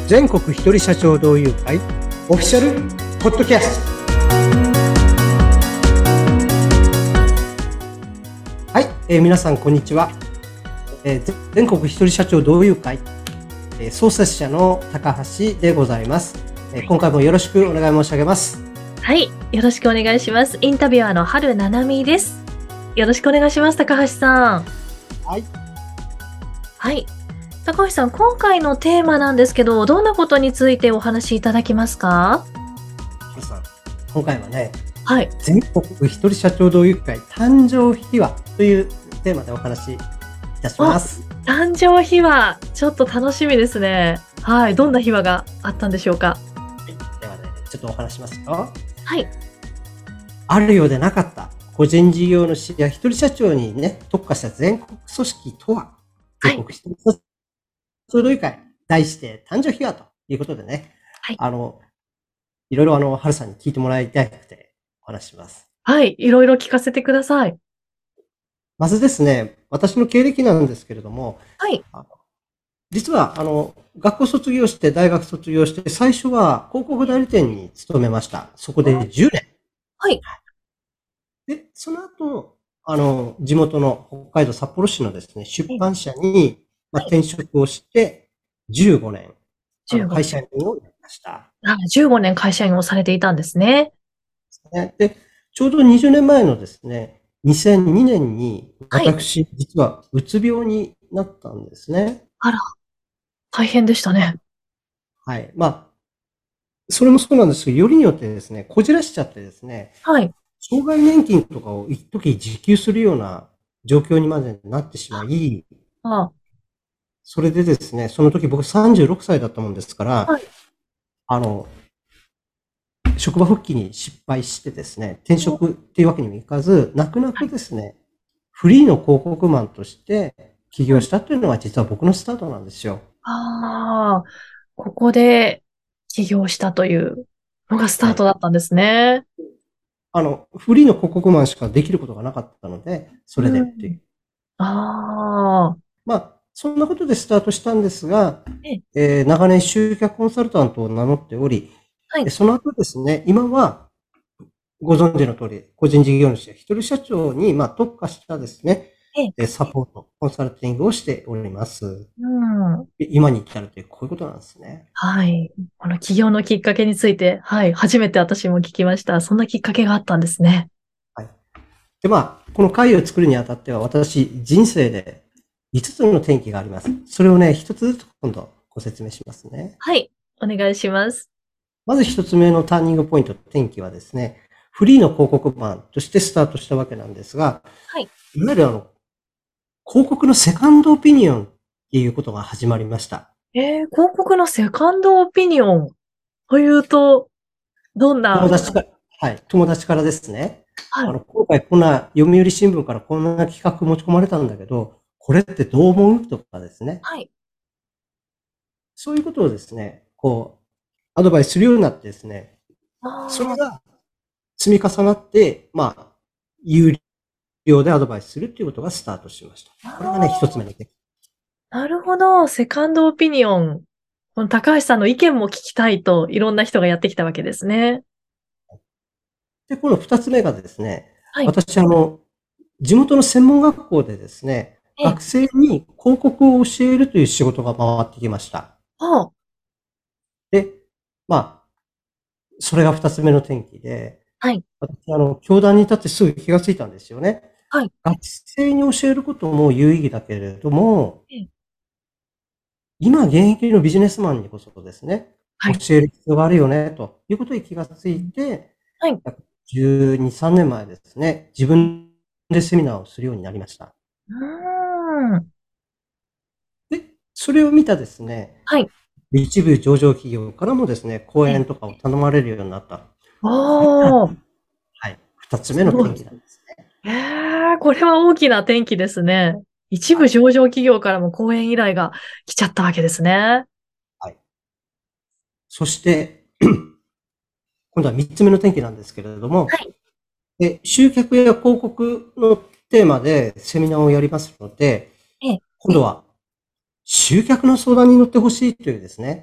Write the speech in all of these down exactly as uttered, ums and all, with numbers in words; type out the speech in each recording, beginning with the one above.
全国一人社長同友会オフィシャルポッドキャスト。はい、えー、皆さんこんにちは。えー、全国一人社長同友会、えー、創設者の高橋でございます。えー、今回もよろしくお願い申し上げます。 はい、よろしくお願いします。インタビュアーの春ななみです。よろしくお願いします。高橋さん。 はい。 はい。高橋さん、今回のテーマなんですけど、どんなことについてお話しいただけますか？ 春さん、今回はね、 はい。 全国一人社長同友会誕生秘話というテーマでお話しいたします。 誕生秘話、ちょっと楽しみですね。はい。どんな秘話があったんでしょうか？ はい、ではね、ちょっとお話しますよ。 はい。 あるようでなかった個人事業主や一人社長にね、特化した全国組織とは、 はい。 全国一人社長同友会、題して誕生秘話ということでね、 はい。 あの、いろいろあの、春さんに聞いてもらいたくてお話します。 はい。いろいろ聞かせてください。 まずですね、私の経歴なんですけれども、 はい。 あの実は、あの、学校卒業して、大学卒業して、最初は広告代理店に勤めました。そこでじゅうねん。 はい。 で、その後、あの、地元の北海道札幌市のですね、出え版社に、まあ、 はい。 転職をして、じゅうごねん、あの、 15 会社年。 員をやりました。 あ、じゅうごねん会社員をされていたんですね。 ねで、ちょうどにじゅうねんまえのですね、にせんにねんに、 はい。 私、実はうつ病になったんですね。 あら、大変でしたね。 はい。まあ、それもそうなんですけど、よりによってですね、こじらしちゃってですね、 はい。 障害年金とかを一時受給するような状況にまでなってしまい、 あ、 それでですね、その時僕さんじゅうろくさいだったもんですから、 はい。 あの、職場復帰に失敗してですね、転職っていうわけにもいかず、泣く泣はい。 くですね、フリーの広告マンとして起はい。 業したというのが実は僕のスタートなんですよ。 ああ、ここで起業したというのがスタはい。 ートだったんですね。 あの、フリーの広告マンしかできることがなかったので、それでうっていう。 ん。ああ、 まあ、そんなことでスタートしたんですが、 え、 えー長年集客コンサルタントを名乗っており、 はい。 でその後ですね、今はご存知の通り、個人事業主や一人社長に、まあ、特化したですね、 え、 えサポート、コンサルティングをしております。 うん。 で今に至るという、こういうことなんですね。 はい。この起業のきっかけについて、はい、初めて私も聞きました。そんなきっかけがあったんですね。 はい。で、まあ、この会を作るにあたっては、私、人生でいつつの転機があります。それをね、一つずつ今度ご説明しますね。 はい、お願いします。 まず一つ目のターニングポイント、転機はですね、フリーの広告マンとしてスタートしたわけなんですが、 はい。 いわゆるあの、広告のセカンドオピニオンっていうことが始まりました。 えー、広告のセカンドオピニオンというと、どんな、 友達から、はい、友達からですね、 はい、 あの、今回こんな読売新聞からこんな企画持ち込まれたんだけど、これってどう思うとかですね、 はい。 そういうことをですね、こう、アドバイスするようになってですね、それあが積み重なって、まあ、有料でアドバイスするっていうことがスタートしました。 あ、 これがね、一つああ、 目の点。 なるほど。セカンドオピニオン。この高橋さんの意見も聞きたいと、いろんな人がやってきたわけですね。 で、この二つ目がですね、 はい。 私、あの、地元の専門学校でですね、 ええ。 学生に広告を教えるという仕事が回ってきました。 ああ、 で、まあ、それが二つ目の転機で、 はい。 私、あの、教壇に立ってすぐ気がついたんですよね。 はい。 学生に教えることも有意義だけれども、 ええ。 今現役のビジネスマンにこそですね、教はい。 える必要があるよね、ということに気がついて、 はい。 約じゅうに、さんねんまえですね、自分でセミナーをするようになりました。 うーん。 で、それを見たですね、 はい。 一部上場企業からもですね、講ええ。 演とかを頼まれるようになった。これが、 ああ、 はい、二つ目のすごい。 転機なんですね。 ええ、これは大きな転機ですね。一はい。 部上場企業からも講演依頼が来ちゃったわけですね。 はい。そして、今度は三つ目の転機なんですけれども、 はい。 で、集客や広告のテーマでセミナーをやりますので、 ええ。 今度は集客の相談に乗ってほしいというですね、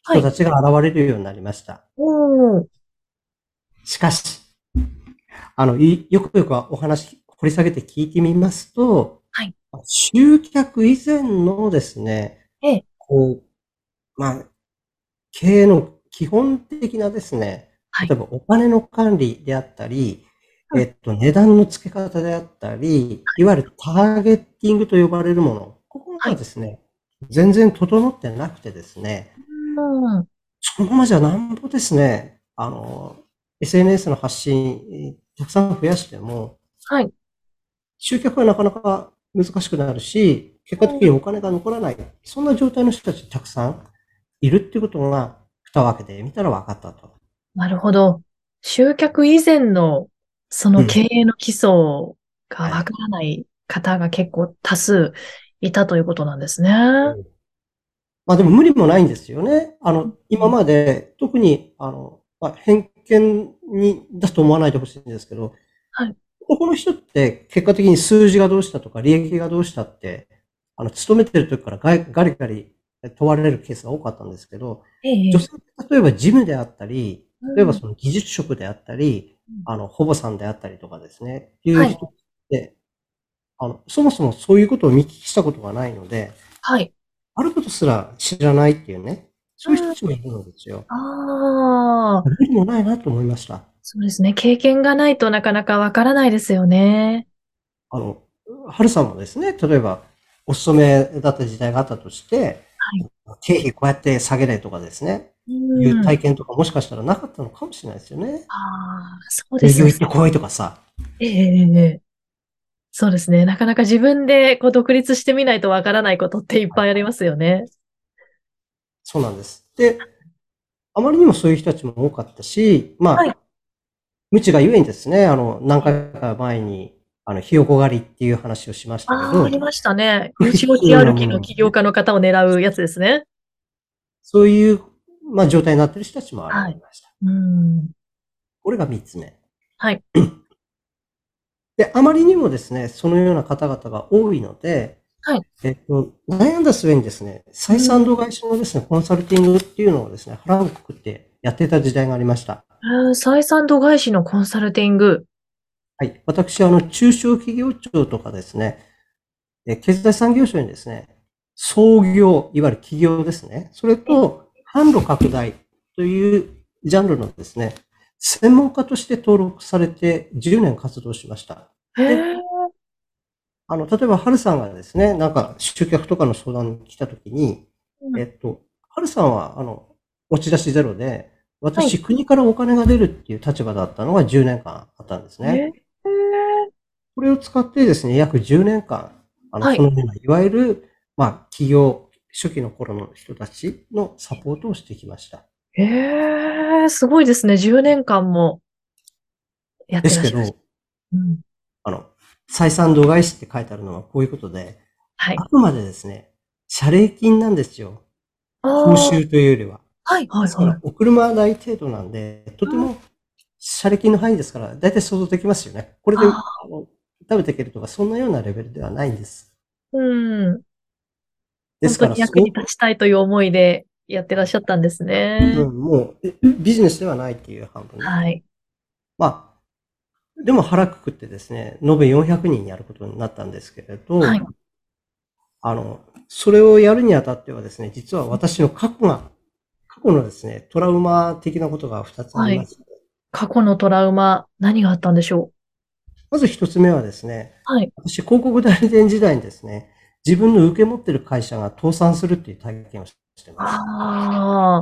はい。 人たちが現れるようになりました。 おー。 しかし、あの、いよくよくお話掘り下げて聞いてみますと、 はい。 集客以前のですね、 ええ。 こう、まあ、経営の基本的なですね、 はい。 例えばお金の管理であったり、 うん。 えっと、値段の付け方であったり、いわゆるターゲッティングと呼ばれるもの、ここはい。 がですね、全然整ってなくてですね、 うん。 そのままじゃなんぼですね、あの、エスエヌエス の発信、たくさん増やしても、 はい。 集客はなかなか難しくなるし、結果的うん。 にお金が残らない。そんな状態の人たちたくさんいるっていうことが、蓋を開けてみたら分かったと。 なるほど。集客以前の、そうん。 の経営の基礎がはい。 わからない方が結構多数いたということなんですね。 うん。まあでも無理もないんですよね。あの、今うん。 まで、特に、あの、まあ、偏見に、だと思わないでほしいんですけど、 はい。 この人って結果的に数字がどうしたとか利益がどうしたって、あの、勤めてる時からガリガリガリ問われるケースが多かったんですけど、 ええ、ええ。 女性って例えば事務であったり、 うん。 例えばその技術職であったり、 うん。 あの、保母さんであったりとかですね、いうはい。 人って、あの、そもそもそういうことを見聞きしたことがないので、 はい。 あることすら知らないっていうね、そういう人うん。 たちもいるのですよ。 ああ、 無理もないなと思いました。 そうですね。経験がないとなかなかわからないですよね。 あの、ハルさんもですね、例えば、お勤めだった時代があったとして、 はい。 経費こうやって下げれとかですね、 ういうん。 体験とかもしかしたらなかったのかもしれないですよね。 ああ、そうですね。 営業行ってこいとかさ。 ええ、ええ、ええ。そうですね。なかなか自分でこう独立してみないとわからないことっていっはい、 ぱいありますよね。 そうなんです。で、あまりにもそういう人たちも多かったし、 はい。 まあ、無知がゆえにですね、あの、何回か前に、あの、ひよこ狩りっていう話をしましたけああ、あど、 りましたね。 不必よちよち要な歩きのものをね、 起業家の方を狙うやつですね。 そういう、まあ、状態になっている人たちも現はい。 れました。 うん。 これが三つ目。 はい。 で、あまりにもですね、そのような方々が多いので、 はい。 えっと、悩んだ末にですね、採算うん。 度外視のですね、コンサルティングっていうのをですね、腹をくくってやってた時代がありました。 えー採算度外視のコンサルティング。 はい。私、あの、中小企業庁とかですね、え経済産業省にですね、創業、いわゆる企業ですね、それえ、 と販路拡大というジャンルのですね、専門家として登録されてじゅうねん活動しました。 へで、 え。 あの、例えば、ハルさんがですね、なんか集客とかの相談に来たときに、 うん。 えっと、ハルさんは、あの、持ち出しゼロで、 はい。 私、国からお金が出るっていう立場だったのがじゅうねんかんあったんですね。 ええ。 これを使ってですね、約じゅうねんかん、あの、 はい。 そのような、いわゆる、まあ、企業、初期の頃の人たちのサポートをしてきました。 ええ、すごいですね。じゅうねんかんもやっでてらっしゃる。 すけど、 うん。 あの、採算度外視って書いてあるのはこういうことで、 はい。 あくまでですね、謝礼金なんですよ。 あ報あ、 酬というよりは。 はい、はい、 ですから、 はい。 お車代程度なんで、とうん。 ても、車力の範囲ですから、だいたい想像できますよね。これで、 ああ、 あの、食べていけるとか、そんなようなレベルではないんです。 うん。 ですから、 本当に役にそう、 立ちたいという思いでやってらっしゃったんですね。 うん、もう、ビジネスではないっていう半分ね。 はい。 まあ、でも腹くくってですね、延べよんひゃくにんやることになったんですけれはい。 ど、あの、それをやるにあたってはですね、実は私の過去が、過去のですね、トラウマ的なことがふたつありはい。 ます。 過去のトラウマ、何があったんでしょまず一つ目はですね、 う。はい。 私、広告代理店時代にですね、自分の受け持ってる会社が倒産するっていう体験をしてます。 ああ、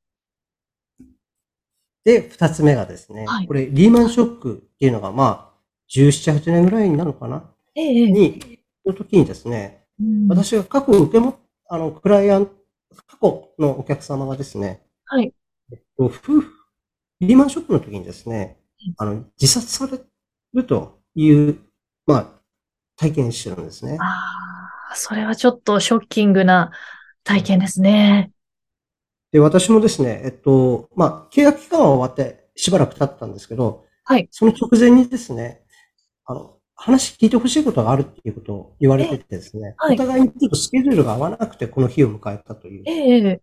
で、二つ目がですね、 はい。 これ、リーマンショックっていうのが、まあ、じゅうなな、はちねんぐらいになるのかなええ、ええ。 に、の時にですね、 うん。 私が過去受けも、あの、クライアント、過去のお客様がですね、 はい。 夫婦、リーマンショックの時にですね、あの、自殺されるという、まあ、体験してるんですね。 ああ、それはちょっとショッキングな体験ですね。 で、私もですね、えっと、まあ、契約期間は終わってしばらく経ったんですけど、 はい。 その直前にですね、あの、話聞いてほしいことがあるっていうことを言われてええ、 てですね、おはい。 互いにちょっとスケジュールが合わなくてこの日を迎えたという。 ええ、ええ。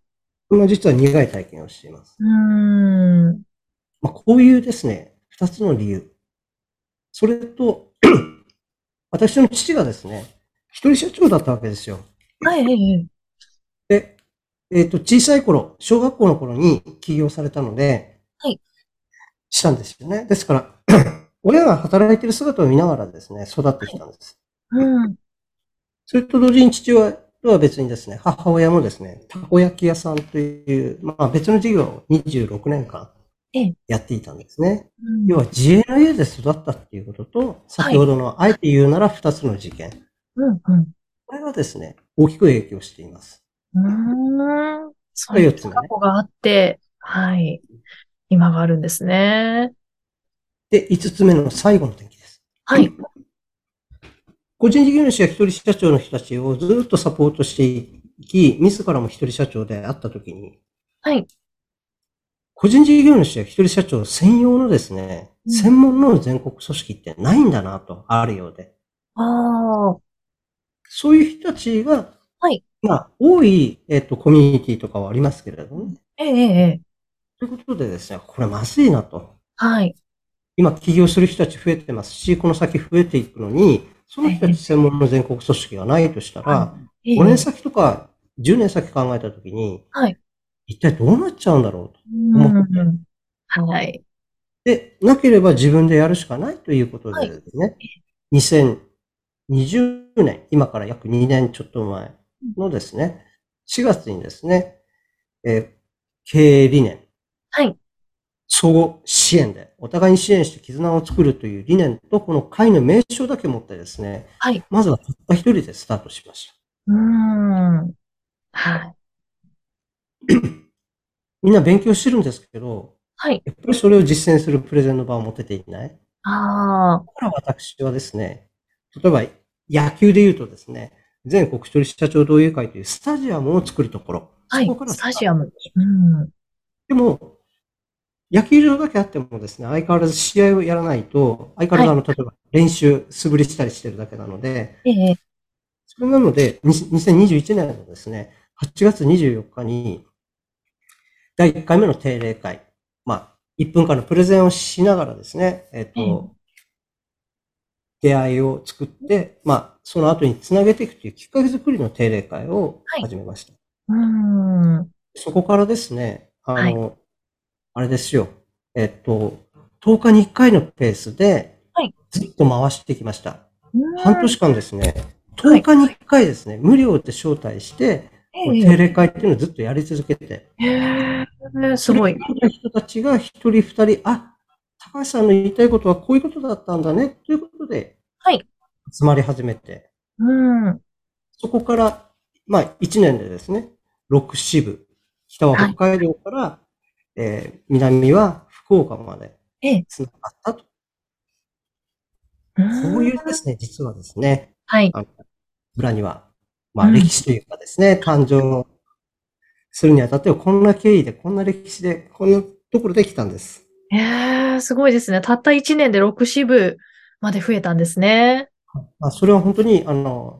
まあ、実は苦い体験をしています。 うーん。 まあ、こういうですね、二つの理由。それと、私の父がですね、一人社長だったわけですよ。 はい、ええ、 で、えっと、小さい頃、小学校の頃に起業されたので、 はい。 したんですよね。ですから、親が働いている姿を見ながらですね、育ってはい。 きたんです。 うん。 それと同時に父親とは別にですね、母親もですね、たこ焼き屋さんという、まあ別の事業をにじゅうろくねんかんええ。 やっていたんですね。 うん。 要は自営の家で育ったっていうことと、 はい。 先ほどのあえて言うなら二つの事件。 うん、うん。 これがですね、大きく影響しています。 うーん。そういっこれ四つ目ね。 た過去があって、はい。今があるんですね。 で、五つ目の最後の転機です。 はい。 個人事業主や一人社長の人たちをずっとサポートしていき、自らも一人社長であったときに、 はい。 個人事業主や一人社長専用のですね、 うん。 専門の全国組織ってないんだなと、あるようで。 ああ。 そういう人たちが、 はい。 まあ、多い、えっと、コミュニティとかはありますけれどもね。 ええ、ええ、ええ。 ということでですね、これまずいなと。 はい。 今起業する人たち増えてますし、この先増えていくのに、そのええ、 人たち専門の全国組織がないとしたはい。 ら、 ええ、 ごねんええ。 先とかじゅうねん先考えたときに、 はい。 一体どうなっちゃうんだろうとう思って、 ーん。はい。 で、なければ自分でやるしかないということはい。 でですね、にせんにじゅうねん、今から約にねんちょっと前うん。 のですね、しがつにですね、えー経営理念、 はい。 相互支援で、お互いに支援して絆を作るという理念と、この会の名称だけ持ってですね、 はい。 まずはたった一人でスタートしました。 うーん。はい。 みんな勉強してるんですけど、 はい。 やっぱりそれを実践するプレゼンの場を持てていない。だああ。 から私はですね、例えば野球で言うとですね、全国一人社長同友会というスタジアムを作るところ、 はい。 そこからススタート。 タジアム。うん。 でも、野球場だけあってもですね、相変わらず試合をやらないと、相変わはい。 らずあの、例えば練習、素振りしたりしてるだけなので、 ええ、 それなので、にせんにじゅういちねんのですね、はちがつにじゅうよっかに、だいいっかいめの定例会、まあ、いっぷんかんのプレゼンをしながらですね、えっええ。 と、出会いを作って、まあ、その後につなげていくというきっかけ作りの定例会をはい。 始めました。 うーん。 そこからですね、あはい。 の、あれですよ、えっと、とおかにいっかいのペースではい。 ずっと回してきました。 うーん。 半年間ですね、10 はい。 日にいっかいですね、無料で招待して、このええ、 定例会っていうのをずっとやり続けて、 ええ。へえ、すそれをごい。 聞いた人たちが一人二人、あ、高橋さんの言いたいことはこういうことだったんだね、ということではい。 集まり始めて、 うーん。 そこから、まあ、いちねんでですね、ろく支部、北ははい。 北海道から、えー南は福岡までええ。 つながったと。 うーこういうでん。 すね、実はですね、 はい。 あの裏には、まあ、 うん。 歴史というかですね、誕生するにあたっては、こんな経緯で、こんな歴史で、こんなところで来たんです。 ええ、すごいですね。たったいちねんでろく支部まで増えたんですね。 まあ、それは本当に、あの、 うん。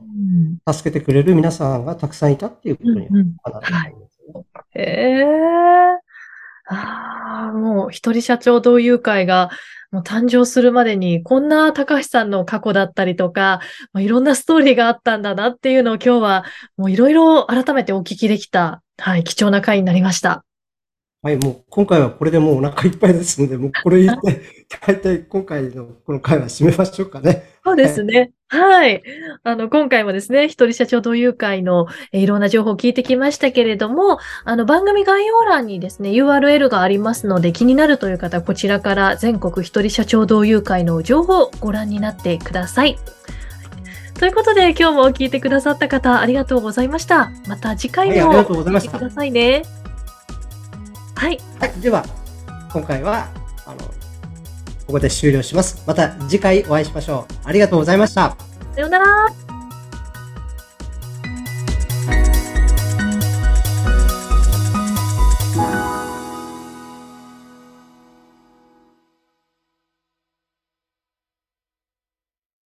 助けてくれる皆さんがたくさんいたっていうことにはうんうん。 かなるはい。 と思いますね。 へえ。ああ、もう一人社長同友会がもう誕生するまでに、こんな高橋さんの過去だったりとか、まあ、いろんなストーリーがあったんだなっていうのを今日はもういろいろ改めてお聞きできた、はい、貴重な回になりました。 はい、もう今回はこれでもうお腹いっぱいですので、もうこれ言って、大体今回のこの回は締めましょうかね。 そうではい。 すね。はい。あの、今回もですね、一人社長同友会のえーいろんな情報を聞いてきましたけれども、あの、番組概要欄にですね、ユーアールエル がありますので、気になるという方、こちらから全国一人社長同友会の情報をご覧になってください。ということで、今日も聞いてくださった方、ありがとうございました。また次回はい、ありがもとうございました。 聞いてくださいね。はい。 はい、では、今回は、あの、ここで終了します。また次回お会いしましょう。ありがとうございました。 さようなら。